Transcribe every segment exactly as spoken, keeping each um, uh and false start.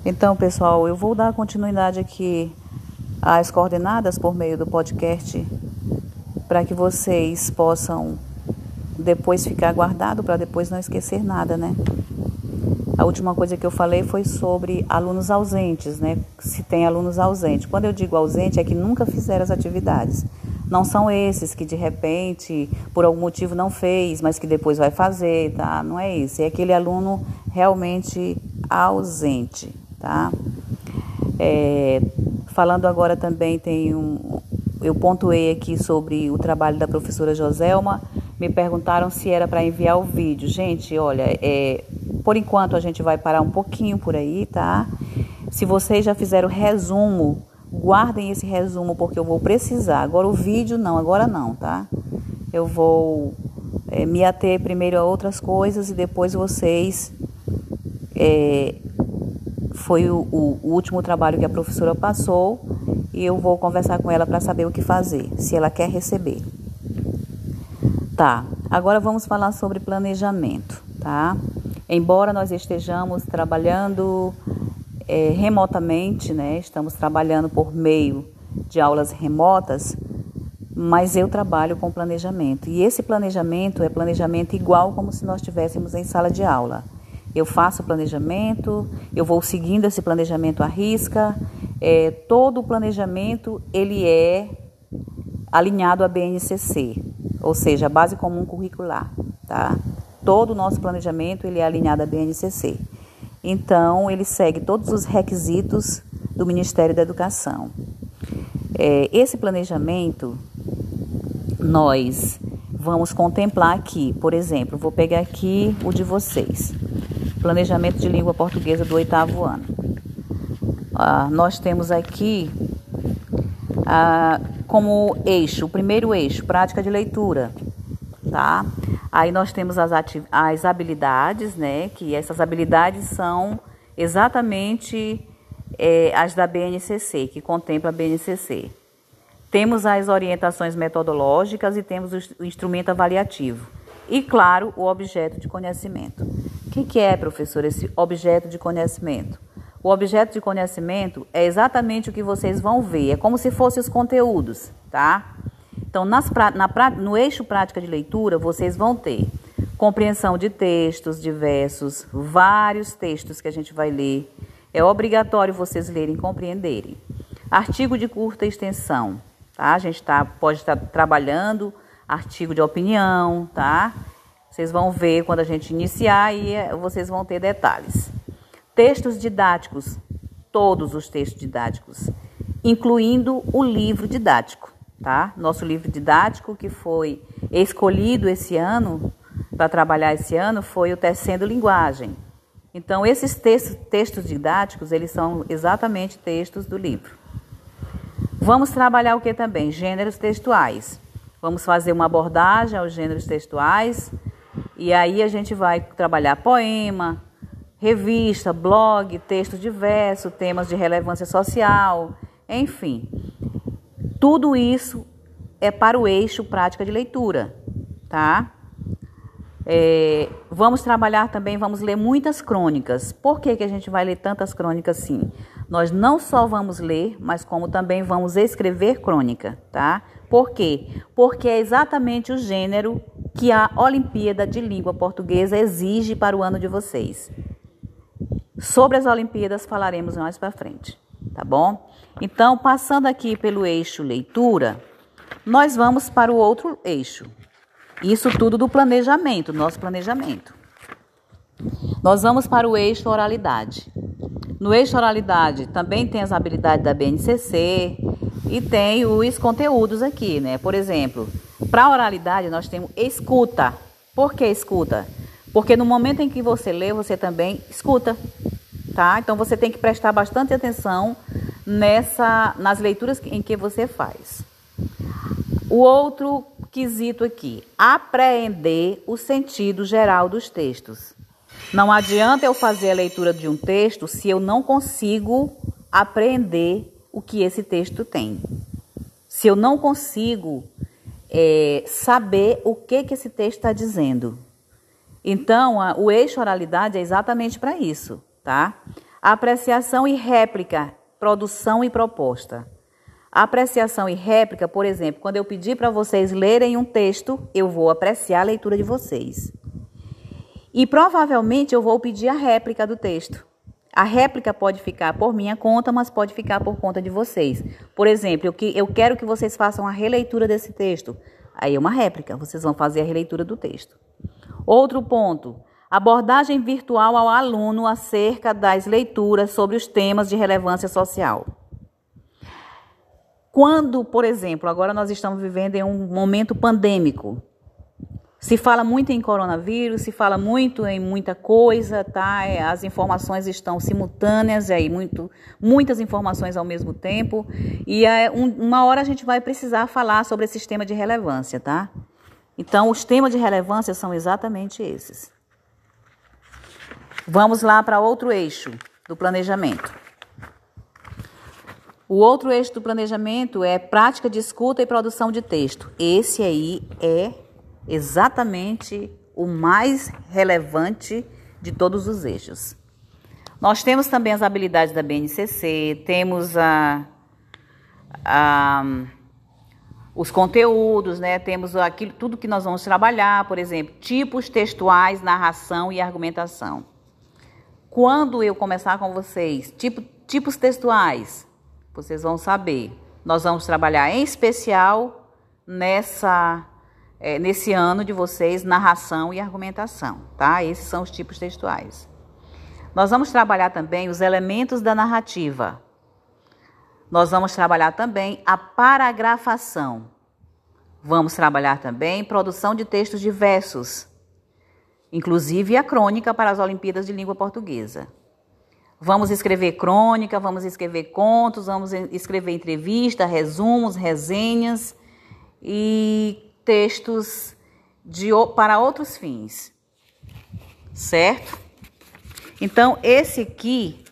Então, pessoal, eu vou dar continuidade aqui às coordenadas por meio do podcast para que vocês possam depois ficar guardado, para depois não esquecer nada, né? A última coisa que eu falei foi sobre alunos ausentes, né? Se tem alunos ausentes. Quando eu digo ausente, é que nunca fizeram as atividades. Não são esses que de repente, por algum motivo não fez, mas que depois vai fazer, tá? Não é isso. É aquele aluno realmente ausente, tá? É, falando agora também tem um... Eu pontuei aqui sobre o trabalho da professora Joselma. Me perguntaram se era para enviar o vídeo. Gente, olha, é, por enquanto a gente vai parar um pouquinho por aí, tá? Se vocês já fizeram resumo, guardem esse resumo porque eu vou precisar. Agora o vídeo não, agora não, tá? Eu vou é, me ater primeiro a outras coisas e depois vocês... É, foi o, o, o último trabalho que a professora passou e eu vou conversar com ela para saber o que fazer, se ela quer receber. Tá, agora vamos falar sobre planejamento, tá? Embora nós estejamos trabalhando é, remotamente, né? Estamos trabalhando por meio de aulas remotas, mas eu trabalho com planejamento. E esse planejamento é planejamento igual como se nós estivéssemos em sala de aula. Eu faço planejamento, eu vou seguindo esse planejamento à risca. É, todo o planejamento ele é alinhado à B N C C, ou seja, a Base Comum Curricular, tá? Todo o nosso planejamento ele é alinhado à B N C C. Então, ele segue todos os requisitos do Ministério da Educação. É, esse planejamento, nós vamos contemplar aqui, por exemplo, vou pegar aqui o de vocês. Planejamento de língua portuguesa do oitavo ano. Ah, nós temos aqui ah, como eixo, o primeiro eixo, prática de leitura, tá? Aí nós temos as, as habilidades, né? Que essas habilidades são exatamente é, as da B N C C, que contempla a B N C C. Temos as orientações metodológicas e temos o instrumento avaliativo. E, claro, o objeto de conhecimento. O que, que é, professor, esse objeto de conhecimento? O objeto de conhecimento é exatamente o que vocês vão ver. É como se fossem os conteúdos, tá? Então, nas, na, no eixo prática de leitura, vocês vão ter compreensão de textos diversos, vários textos que a gente vai ler. É obrigatório vocês lerem e compreenderem. Artigo de curta extensão, tá? A gente tá, pode estar trabalhando artigo de opinião, tá? Vocês vão ver quando a gente iniciar e vocês vão ter detalhes. Textos didáticos, todos os textos didáticos, incluindo o livro didático, tá? Nosso livro didático que foi escolhido esse ano, para trabalhar esse ano, foi o Tecendo Linguagem. Então, esses textos, textos didáticos, eles são exatamente textos do livro. Vamos trabalhar o que também? Gêneros textuais. Vamos fazer uma abordagem aos gêneros textuais e aí a gente vai trabalhar poema, revista, blog, texto diverso, temas de relevância social, enfim. Tudo isso é para o eixo prática de leitura, tá? É, vamos trabalhar também, vamos ler muitas crônicas. Por que que a gente vai ler tantas crônicas assim? Nós não só vamos ler, mas como também vamos escrever crônica, tá? Por quê? Porque é exatamente o gênero que a Olimpíada de Língua Portuguesa exige para o ano de vocês. Sobre as Olimpíadas falaremos mais para frente, tá bom? Então, passando aqui pelo eixo leitura, nós vamos para o outro eixo. Isso tudo do planejamento, nosso planejamento. Nós vamos para o eixo oralidade. No eixo oralidade também tem as habilidades da B N C C e tem os conteúdos aqui, né? Por exemplo, para oralidade nós temos escuta. Por que escuta? Porque no momento em que você lê, você também escuta, tá? Então você tem que prestar bastante atenção nessa, nas leituras em que você faz. O outro quesito aqui, apreender o sentido geral dos textos. Não adianta eu fazer a leitura de um texto se eu não consigo apreender o que esse texto tem. Se eu não consigo é, saber o que, que esse texto está dizendo. Então, a, o eixo oralidade é exatamente para isso, tá? Apreciação e réplica, produção e proposta. Apreciação e réplica, por exemplo, quando eu pedir para vocês lerem um texto, eu vou apreciar a leitura de vocês. E provavelmente eu vou pedir a réplica do texto. A réplica pode ficar por minha conta, mas pode ficar por conta de vocês. Por exemplo, eu, que, eu quero que vocês façam a releitura desse texto. Aí é uma réplica, vocês vão fazer a releitura do texto. Outro ponto, abordagem virtual ao aluno acerca das leituras sobre os temas de relevância social. Quando, por exemplo, agora nós estamos vivendo em um momento pandêmico, se fala muito em coronavírus, se fala muito em muita coisa, tá? As informações estão simultâneas, aí muito, muitas informações ao mesmo tempo, e é um, uma hora a gente vai precisar falar sobre esse tema de relevância, tá? Então, os temas de relevância são exatamente esses. Vamos lá para outro eixo do planejamento. O outro eixo do planejamento é prática de escuta e produção de texto. Esse aí é exatamente o mais relevante de todos os eixos. Nós temos também as habilidades da B N C C, temos a, a, os conteúdos, né? Temos aquilo, tudo que nós vamos trabalhar, por exemplo, tipos textuais, narração e argumentação. Quando eu começar com vocês, tipo, tipos textuais, vocês vão saber. Nós vamos trabalhar em especial nessa... É, nesse ano de vocês, narração e argumentação, tá? Esses são os tipos textuais. Nós vamos trabalhar também os elementos da narrativa. Nós vamos trabalhar também a paragrafação. Vamos trabalhar também produção de textos diversos, inclusive a crônica para as Olimpíadas de Língua Portuguesa. Vamos escrever crônica, vamos escrever contos, vamos escrever entrevista, resumos, resenhas e textos de, para outros fins, certo? Então, esse aqui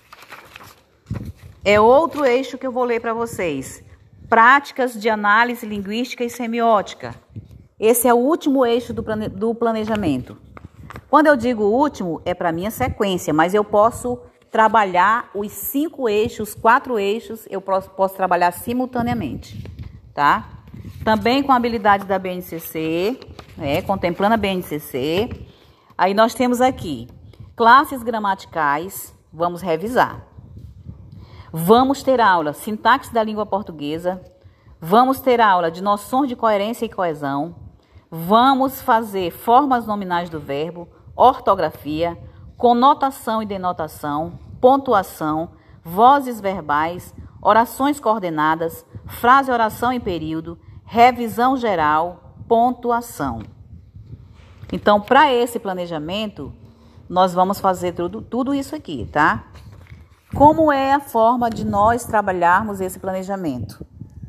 é outro eixo que eu vou ler para vocês. Práticas de análise linguística e semiótica. Esse é o último eixo do, plane, do planejamento. Quando eu digo último, é para minha sequência, mas eu posso trabalhar os cinco eixos, quatro eixos, eu posso, posso trabalhar simultaneamente, tá? Também com a habilidade da B N C C, né, contemplando a B N C C. Aí nós temos aqui classes gramaticais, vamos revisar. Vamos ter aula sintaxe da língua portuguesa, vamos ter aula de noções de coerência e coesão, vamos fazer formas nominais do verbo, ortografia, conotação e denotação, pontuação, vozes verbais, orações coordenadas, frase oração em período, revisão geral, pontuação. Então, para esse planejamento, nós vamos fazer tudo, tudo isso aqui, tá? Como é a forma de nós trabalharmos esse planejamento?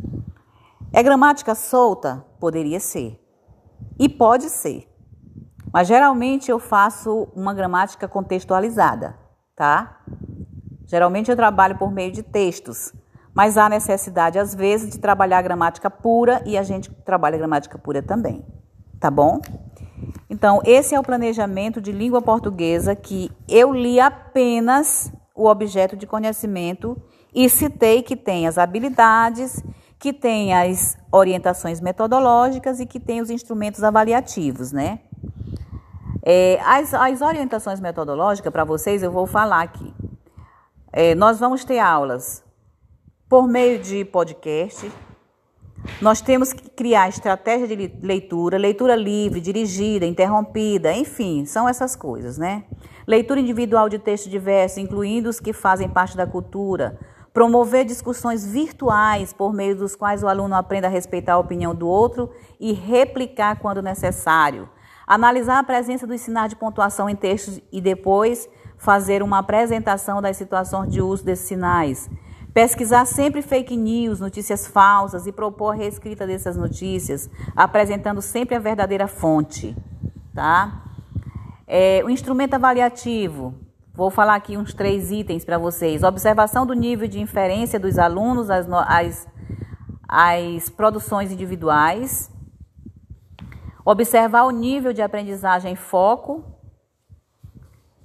É gramática solta? Poderia ser. E pode ser. Mas, geralmente, eu faço uma gramática contextualizada, tá? Geralmente, eu trabalho por meio de textos. Mas há necessidade, às vezes, de trabalhar a gramática pura e a gente trabalha a gramática pura também, tá bom? Então, esse é o planejamento de língua portuguesa que eu li apenas o objeto de conhecimento e citei que tem as habilidades, que tem as orientações metodológicas e que tem os instrumentos avaliativos, né? É, as, as orientações metodológicas, para vocês, eu vou falar aqui. É, nós vamos ter aulas por meio de podcast. Nós temos que criar estratégia de leitura, leitura livre, dirigida, interrompida, enfim, são essas coisas, né? Leitura individual de texto diverso, incluindo os que fazem parte da cultura. Promover discussões virtuais, por meio dos quais o aluno aprenda a respeitar a opinião do outro e replicar quando necessário. Analisar a presença dos sinais de pontuação em textos e depois fazer uma apresentação das situações de uso desses sinais. Pesquisar sempre fake news, notícias falsas e propor a reescrita dessas notícias, apresentando sempre a verdadeira fonte, tá? É, o instrumento avaliativo, vou falar aqui uns três itens para vocês. Observação do nível de inferência dos alunos às, às, às produções individuais. Observar o nível de aprendizagem em foco.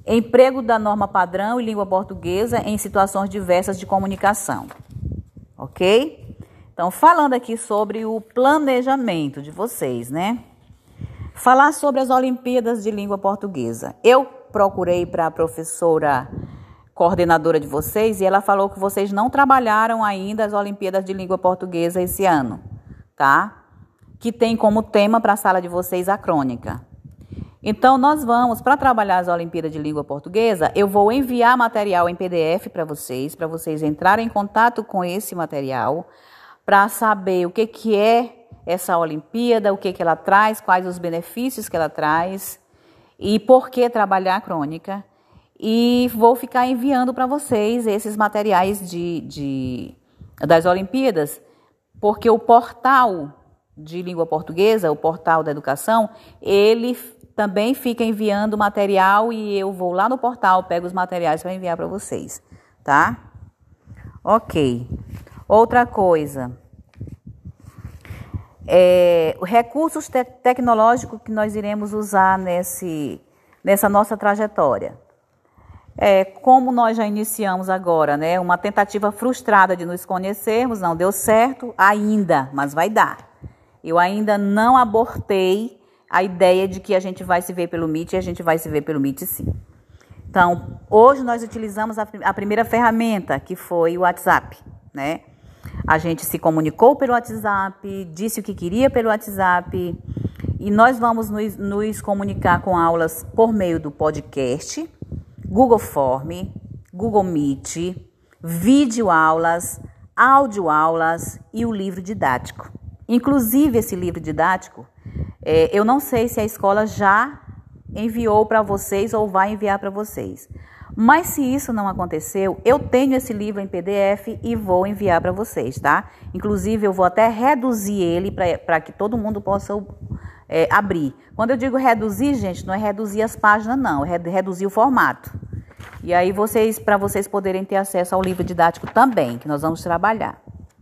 Emprego da norma padrão e língua portuguesa em situações diversas de comunicação. Ok? Então, falando aqui sobre o planejamento de vocês, né? Falar sobre as Olimpíadas de Língua Portuguesa. Eu procurei para a professora coordenadora de vocês e ela falou que vocês não trabalharam ainda as Olimpíadas de Língua Portuguesa esse ano, tá? Que tem como tema para a sala de vocês a crônica. Então, nós vamos, para trabalhar as Olimpíadas de Língua Portuguesa, eu vou enviar material em P D F para vocês, para vocês entrarem em contato com esse material, para saber o que, que é essa Olimpíada, o que, que ela traz, quais os benefícios que ela traz e por que trabalhar a crônica. E vou ficar enviando para vocês esses materiais de, de, das Olimpíadas, porque o portal de língua portuguesa, o portal da educação, ele também fica enviando material e eu vou lá no portal, pego os materiais para enviar para vocês, tá? Ok. Outra coisa. É, recursos te- tecnológicos que nós iremos usar nesse, nessa nossa trajetória. É, como nós já iniciamos agora, né? Uma tentativa frustrada de nos conhecermos, não deu certo ainda, mas vai dar. Eu ainda não abortei a ideia de que a gente vai se ver pelo Meet e a gente vai se ver pelo Meet sim. Então, hoje nós utilizamos a, a primeira ferramenta, que foi o WhatsApp, né? A gente se comunicou pelo WhatsApp, disse o que queria pelo WhatsApp e nós vamos nos, nos comunicar com aulas por meio do podcast, Google Form, Google Meet, videoaulas, audioaulas e o livro didático. Inclusive, esse livro didático, é, eu não sei se a escola já enviou para vocês ou vai enviar para vocês. Mas se isso não aconteceu, eu tenho esse livro em P D F e vou enviar para vocês, tá? Inclusive, eu vou até reduzir ele para que todo mundo possa é, abrir. Quando eu digo reduzir, gente, não é reduzir as páginas, não. É reduzir o formato. E aí, vocês, para vocês poderem ter acesso ao livro didático também, que nós vamos trabalhar.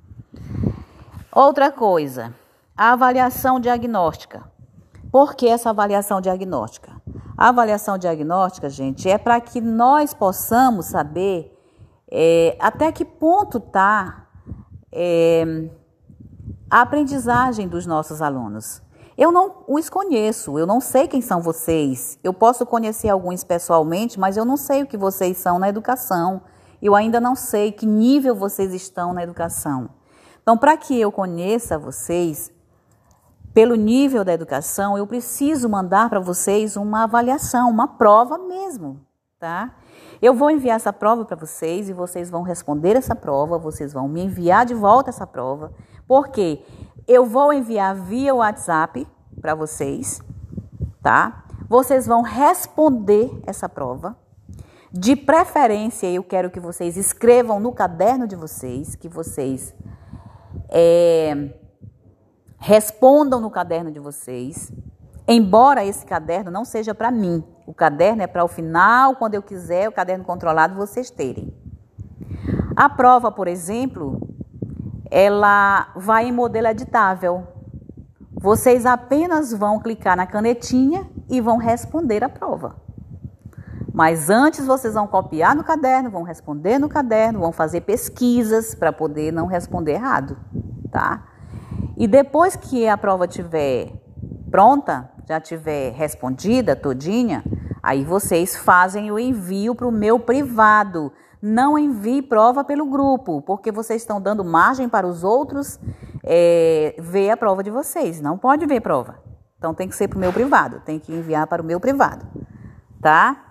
Outra coisa, a avaliação diagnóstica. Por que essa avaliação diagnóstica? A avaliação diagnóstica, gente, é para que nós possamos saber é, até que ponto está é, a aprendizagem dos nossos alunos. Eu não os conheço, eu não sei quem são vocês. Eu posso conhecer alguns pessoalmente, mas eu não sei o que vocês são na educação. Eu ainda não sei que nível vocês estão na educação. Então, para que eu conheça vocês, pelo nível da educação, eu preciso mandar para vocês uma avaliação, uma prova mesmo, tá? Eu vou enviar essa prova para vocês e vocês vão responder essa prova, vocês vão me enviar de volta essa prova, porque eu vou enviar via WhatsApp para vocês, tá? Vocês vão responder essa prova. De preferência, eu quero que vocês escrevam no caderno de vocês, que vocês é, respondam no caderno de vocês, embora esse caderno não seja para mim. O caderno é para o final, quando eu quiser, o caderno controlado vocês terem. A prova, por exemplo, ela vai em modelo editável. Vocês apenas vão clicar na canetinha e vão responder a prova. Mas antes vocês vão copiar no caderno, vão responder no caderno, vão fazer pesquisas para poder não responder errado, tá? E depois que a prova estiver pronta, já estiver respondida todinha, aí vocês fazem o envio para o meu privado. Não envie prova pelo grupo, porque vocês estão dando margem para os outros é, ver a prova de vocês. Não pode ver prova. Então tem que ser para o meu privado, tem que enviar para o meu privado, tá?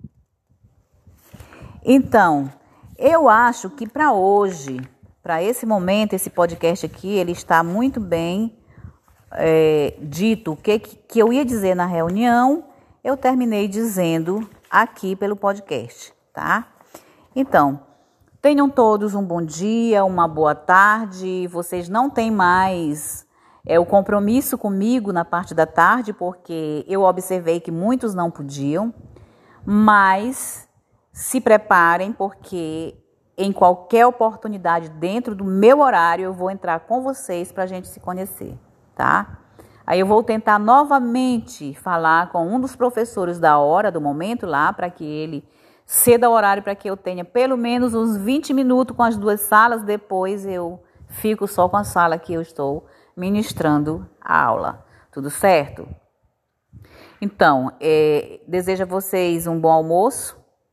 Então, eu acho que para hoje, para esse momento, esse podcast aqui, ele está muito bem é, dito. O que, que eu ia dizer na reunião, eu terminei dizendo aqui pelo podcast, tá? Então, tenham todos um bom dia, uma boa tarde. Vocês não têm mais é, o compromisso comigo na parte da tarde, porque eu observei que muitos não podiam, mas se preparem, porque em qualquer oportunidade dentro do meu horário eu vou entrar com vocês para a gente se conhecer, tá? Aí eu vou tentar novamente falar com um dos professores da hora, do momento lá, para que ele ceda o horário para que eu tenha pelo menos uns vinte minutos com as duas salas. Depois eu fico só com a sala que eu estou ministrando a aula. Tudo certo? Então, é, desejo a vocês um bom almoço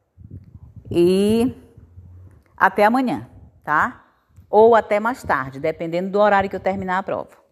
e até amanhã, tá? Ou até mais tarde, dependendo do horário que eu terminar a prova.